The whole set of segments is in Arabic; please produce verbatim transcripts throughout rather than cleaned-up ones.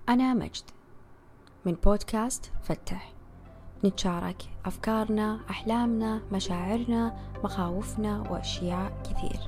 أنا مجد من بودكاست فتح. نتشارك أفكارنا، أحلامنا، مشاعرنا، مخاوفنا وأشياء كثير.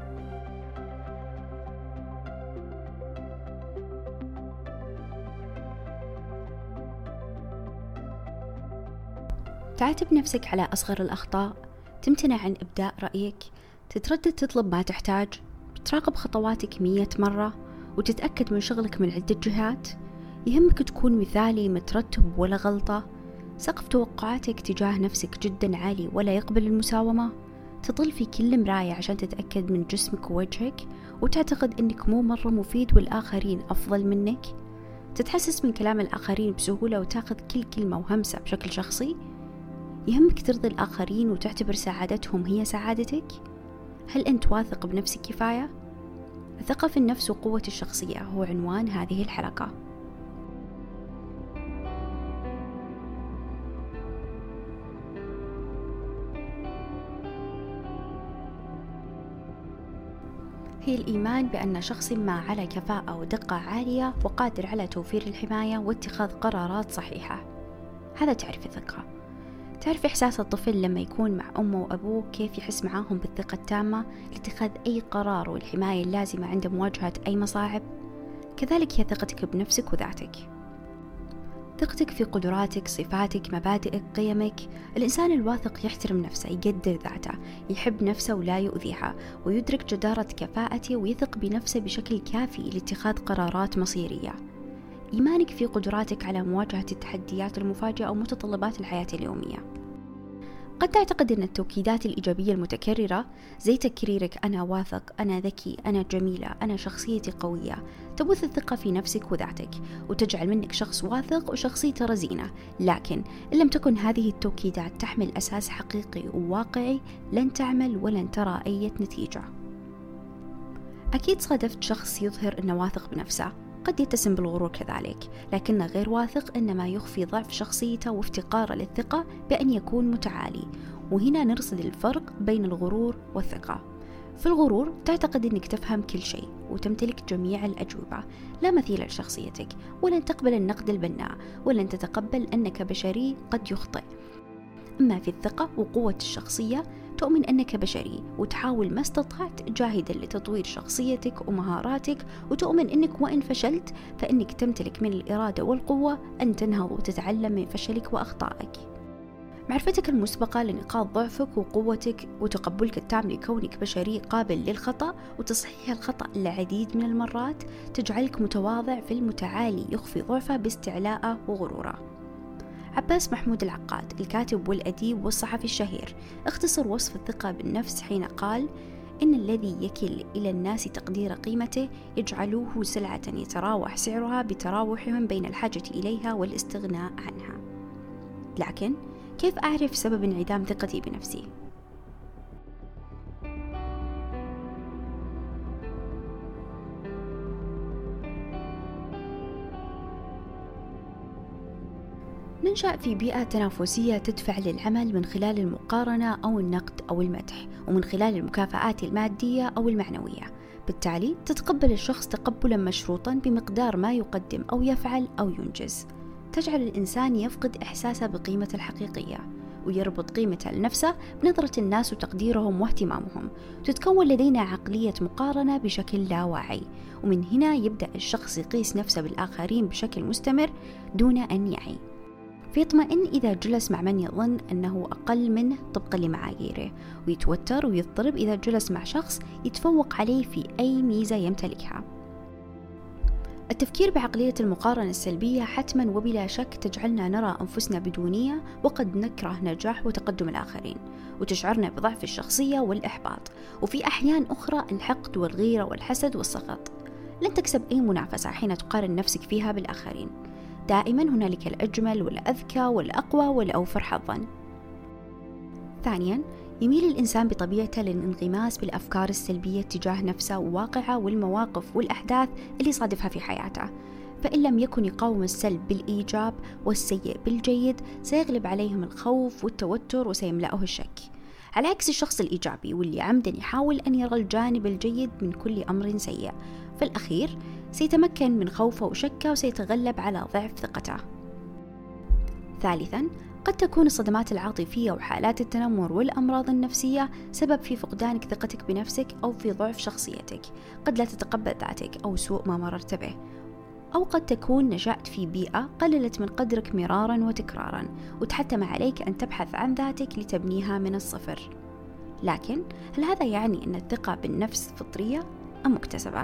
تعاتب نفسك على أصغر الأخطاء، تمتنع عن إبداء رأيك، تتردد تطلب ما تحتاج، تراقب خطواتك مية مرة وتتأكد من شغلك من عدة جهات. يهمك تكون مثالي مترتب ولا غلطة. سقف توقعاتك تجاه نفسك جدا عالي ولا يقبل المساومة. تطل في كل مراية عشان تتأكد من جسمك ووجهك وتعتقد أنك مو مرة مفيد والآخرين أفضل منك. تتحسس من كلام الآخرين بسهولة وتاخذ كل كلمة وهمسة بشكل شخصي. يهمك ترضي الآخرين وتعتبر سعادتهم هي سعادتك. هل أنت واثق بنفسك كفاية؟ الثقة في النفس وقوة الشخصية هو عنوان هذه الحلقة. هي الإيمان بأن شخص ما على كفاءة ودقة عالية وقادر على توفير الحماية واتخاذ قرارات صحيحة. هذا تعرف الثقة. تعرف إحساس الطفل لما يكون مع أمه وأبوه كيف يحس معاهم بالثقة التامة لاتخاذ أي قرار والحماية اللازمة عند مواجهة أي مصاعب. كذلك هي ثقتك بنفسك وذاتك، ثقتك في قدراتك، صفاتك، مبادئك، قيمك. الإنسان الواثق يحترم نفسه، يقدر ذاته، يحب نفسه ولا يؤذيها، ويدرك جدارة كفاءته ويثق بنفسه بشكل كافي لاتخاذ قرارات مصيرية. إيمانك في قدراتك على مواجهة التحديات المفاجئة ومتطلبات الحياة اليومية. قد تعتقد أن التوكيدات الإيجابية المتكررة زي تكريرك أنا واثق، أنا ذكي، أنا جميلة، أنا شخصيتي قوية تبث الثقة في نفسك وذاتك وتجعل منك شخص واثق وشخصيته رزينة. لكن إن لم تكن هذه التوكيدات تحمل أساس حقيقي وواقعي لن تعمل ولن ترى أي نتيجة. أكيد صادفت شخص يظهر أنه واثق بنفسه، قد يتسم بالغرور كذلك، لكنه غير واثق إنما يخفي ضعف شخصيته وافتقاره للثقة بأن يكون متعالي. وهنا نرصد الفرق بين الغرور والثقة. في الغرور تعتقد أنك تفهم كل شيء وتمتلك جميع الأجوبة، لا مثيل لشخصيتك، ولن تقبل النقد البناء، ولن تتقبل أنك بشري قد يخطئ. أما في الثقة وقوة الشخصية تؤمن أنك بشري وتحاول ما استطعت جاهدا لتطوير شخصيتك ومهاراتك، وتؤمن أنك وإن فشلت فإنك تمتلك من الإرادة والقوة أن تنهض وتتعلم من فشلك وأخطائك. معرفتك المسبقة لنقاط ضعفك وقوتك وتقبلك التام لكونك بشري قابل للخطأ وتصحيح الخطأ العديد من المرات تجعلك متواضع في المتعالي يخفي ضعفه باستعلاءه وغروره. عباس محمود العقاد الكاتب والأديب والصحفي الشهير اختصر وصف الثقة بالنفس حين قال إن الذي يكل إلى الناس تقدير قيمته يجعلوه سلعة يتراوح سعرها بتراوحهم بين الحاجة إليها والاستغناء عنها. لكن كيف أعرف سبب انعدام ثقتي بنفسي؟ ننشأ في بيئة تنافسية تدفع للعمل من خلال المقارنة أو النقد أو المدح، ومن خلال المكافآت المادية أو المعنوية. بالتالي تتقبل الشخص تقبلا مشروطا بمقدار ما يقدم أو يفعل أو ينجز. تجعل الإنسان يفقد إحساسه بقيمة الحقيقية ويربط قيمته لنفسه بنظرة الناس وتقديرهم واهتمامهم. تتكون لدينا عقلية مقارنة بشكل لا واعي، ومن هنا يبدأ الشخص يقيس نفسه بالآخرين بشكل مستمر دون أن يعي. فيطمئن إذا جلس مع من يظن أنه أقل منه طبقا لمعاييره، ويتوتر ويضطرب إذا جلس مع شخص يتفوق عليه في أي ميزة يمتلكها. التفكير بعقلية المقارنة السلبية حتما وبلا شك تجعلنا نرى أنفسنا بدونية، وقد نكره نجاح وتقدم الآخرين، وتشعرنا بضعف الشخصية والإحباط، وفي أحيان أخرى الحقد والغيرة والحسد والسخط. لن تكسب أي منافسة حين تقارن نفسك فيها بالآخرين. دائما هنالك الأجمل والأذكى والأقوى والأوفر حظا. ثانيا، يميل الإنسان بطبيعته للانغماس بالأفكار السلبية تجاه نفسه وواقعه والمواقف والأحداث اللي صادفها في حياته. فإن لم يكن يقاوم السلب بالإيجاب والسيء بالجيد سيغلب عليهم الخوف والتوتر وسيملأه الشك. على عكس الشخص الإيجابي واللي عمدا يحاول أن يرى الجانب الجيد من كل أمر سيء. في الأخير سيتمكن من خوفه وشكه وسيتغلب على ضعف ثقته. ثالثا، قد تكون الصدمات العاطفية وحالات التنمر والأمراض النفسية سبب في فقدانك ثقتك بنفسك أو في ضعف شخصيتك، قد لا تتقبل ذاتك أو سوء ما مررت به، أو قد تكون نشأت في بيئة قللت من قدرك مرارا وتكرارا وتحتم عليك أن تبحث عن ذاتك لتبنيها من الصفر. لكن هل هذا يعني أن الثقة بالنفس فطرية أم مكتسبة؟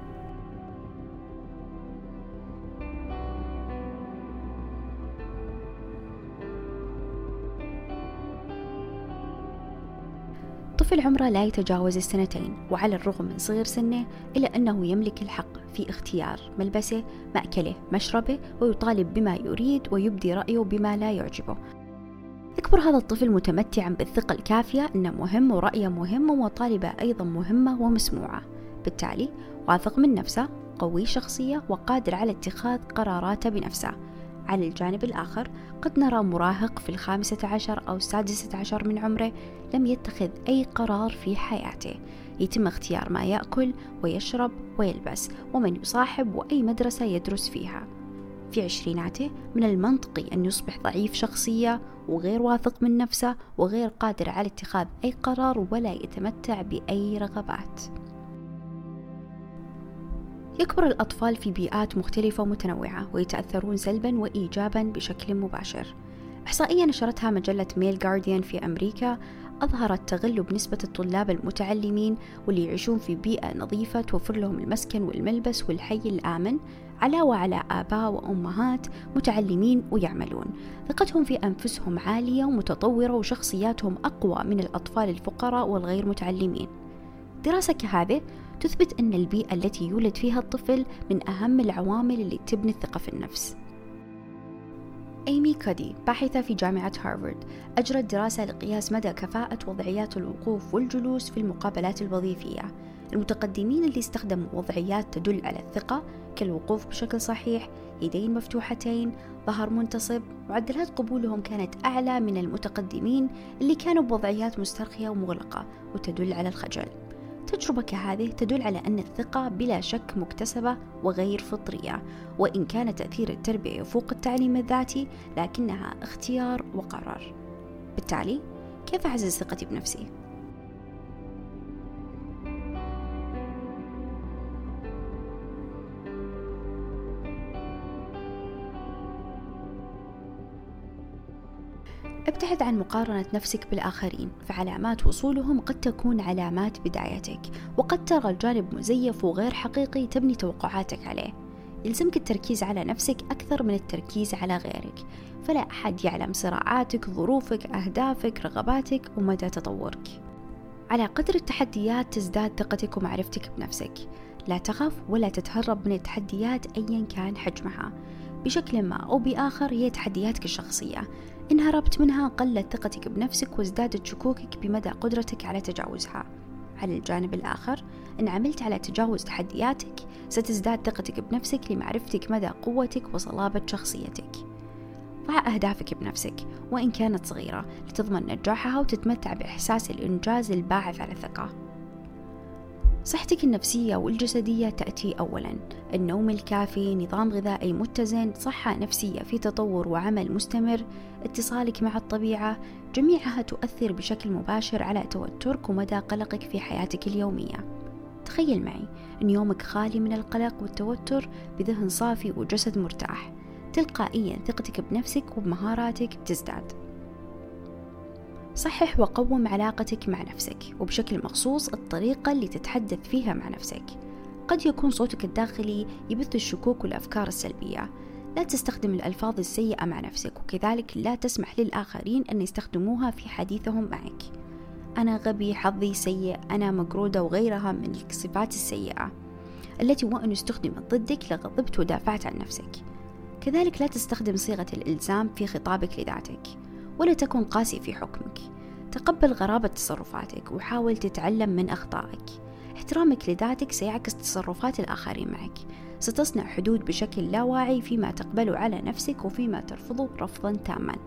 طفل عمره لا يتجاوز السنتين، وعلى الرغم من صغر سنه إلا أنه يملك الحق في اختيار ملبسه، مأكله، مشربه، ويطالب بما يريد ويبدي رأيه بما لا يعجبه. يكبر هذا الطفل متمتعا بالثقة الكافية أنه مهم ورأيه مهم ومطالبه أيضا مهمة ومسموعة، بالتالي واثق من نفسه، قوي شخصية، وقادر على اتخاذ قراراته بنفسه. على الجانب الآخر قد نرى مراهق في الخامسة عشر أو السادسة عشر من عمره لم يتخذ أي قرار في حياته، يتم اختيار ما يأكل ويشرب ويلبس ومن يصاحب وأي مدرسة يدرس فيها. في عشريناته من المنطقي أن يصبح ضعيف شخصية وغير واثق من نفسه وغير قادر على اتخاذ أي قرار ولا يتمتع بأي رغبات. يكبر الأطفال في بيئات مختلفة ومتنوعة ويتأثرون سلبا وإيجابا بشكل مباشر. إحصائية نشرتها مجلة ميل جارديان في أمريكا أظهرت تغلب نسبة الطلاب المتعلمين واللي يعيشون في بيئة نظيفة توفر لهم المسكن والملبس والحي الآمن، علاوة على آباء وأمهات متعلمين ويعملون. ثقتهم في أنفسهم عالية ومتطورة وشخصياتهم أقوى من الأطفال الفقراء والغير متعلمين. دراسة كهذه تثبت أن البيئة التي يولد فيها الطفل من أهم العوامل اللي تبني الثقة في النفس. إيمي كودي باحثة في جامعة هارفارد أجرت دراسة لقياس مدى كفاءة وضعيات الوقوف والجلوس في المقابلات الوظيفية. المتقدمين اللي استخدموا وضعيات تدل على الثقة كالوقوف بشكل صحيح، يدين مفتوحتين، ظهر منتصب، معدلات قبولهم كانت أعلى من المتقدمين اللي كانوا بوضعيات مسترخية ومغلقة وتدل على الخجل. تجربة كهذه تدل على أن الثقة بلا شك مكتسبة وغير فطرية، وإن كان تأثير التربية يفوق التعليم الذاتي لكنها اختيار وقرار. بالتالي كيف أعزز ثقتي بنفسي؟ ابتعد عن مقارنة نفسك بالآخرين، فعلامات وصولهم قد تكون علامات بدايتك، وقد ترى الجانب مزيف وغير حقيقي تبني توقعاتك عليه. يلزمك التركيز على نفسك أكثر من التركيز على غيرك، فلا أحد يعلم صراعاتك، ظروفك، أهدافك، رغباتك ومدى تطورك. على قدر التحديات تزداد ثقتك ومعرفتك بنفسك. لا تخف ولا تتهرب من التحديات أيا كان حجمها، بشكل ما أو بآخر هي تحدياتك الشخصية. إن هربت منها قلت ثقتك بنفسك وازدادت شكوكك بمدى قدرتك على تجاوزها. على الجانب الآخر إن عملت على تجاوز تحدياتك ستزداد ثقتك بنفسك لمعرفتك مدى قوتك وصلابة شخصيتك. ضع أهدافك بنفسك وإن كانت صغيرة لتضمن نجاحها وتتمتع بإحساس الإنجاز الباعث على الثقة. صحتك النفسية والجسدية تأتي أولاً. النوم الكافي، نظام غذائي متزن، صحة نفسية في تطور وعمل مستمر، اتصالك مع الطبيعة، جميعها تؤثر بشكل مباشر على توترك ومدى قلقك في حياتك اليومية. تخيل معي أن يومك خالي من القلق والتوتر بذهن صافي وجسد مرتاح، تلقائياً ثقتك بنفسك وبمهاراتك بتزداد. صحح وقوم علاقتك مع نفسك، وبشكل مخصوص الطريقة اللي تتحدث فيها مع نفسك. قد يكون صوتك الداخلي يبث الشكوك والأفكار السلبية. لا تستخدم الألفاظ السيئة مع نفسك، وكذلك لا تسمح للآخرين أن يستخدموها في حديثهم معك. أنا غبي، حظي سيء، أنا مقرودة وغيرها من الصفات السيئة التي وإن استخدمت ضدك لغضبت ودافعت عن نفسك. كذلك لا تستخدم صيغة الإلزام في خطابك لذاتك، ولا تكن قاسي في حكمك. تقبل غرابة تصرفاتك وحاول تتعلم من أخطائك. احترامك لذاتك سيعكس تصرفات الآخرين معك. ستصنع حدود بشكل لا واعي فيما تقبله على نفسك وفيما ترفضه رفضا تاما.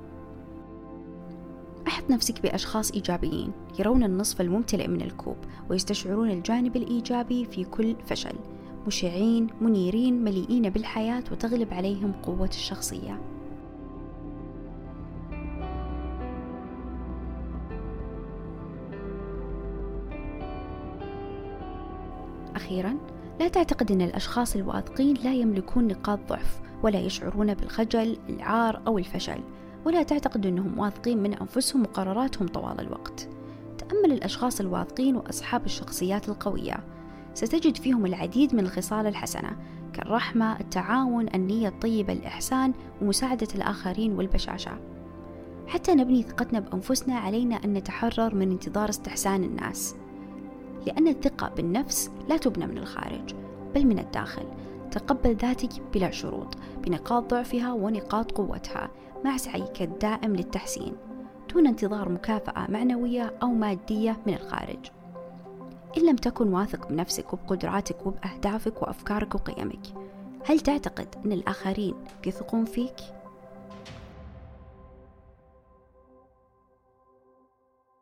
أحط نفسك بأشخاص إيجابيين يرون النصف الممتلئ من الكوب ويستشعرون الجانب الإيجابي في كل فشل، مشعين منيرين مليئين بالحياة وتغلب عليهم قوة الشخصية. أخيرا، لا تعتقد أن الأشخاص الواثقين لا يملكون نقاط ضعف ولا يشعرون بالخجل، العار أو الفشل، ولا تعتقد أنهم واثقين من أنفسهم وقراراتهم طوال الوقت. تأمل الأشخاص الواثقين وأصحاب الشخصيات القوية، ستجد فيهم العديد من الخصال الحسنة كالرحمة، التعاون، النية الطيبة، الإحسان ومساعدة الآخرين والبشاشة. حتى نبني ثقتنا بأنفسنا علينا أن نتحرر من انتظار استحسان الناس، لأن الثقة بالنفس لا تبنى من الخارج بل من الداخل. تقبل ذاتك بلا شروط بنقاط ضعفها ونقاط قوتها، مع سعيك الدائم للتحسين دون انتظار مكافأة معنوية أو مادية من الخارج. إن لم تكن واثق بنفسك وبقدراتك وبأهدافك وأفكارك وقيمك، هل تعتقد أن الآخرين يثقون فيك؟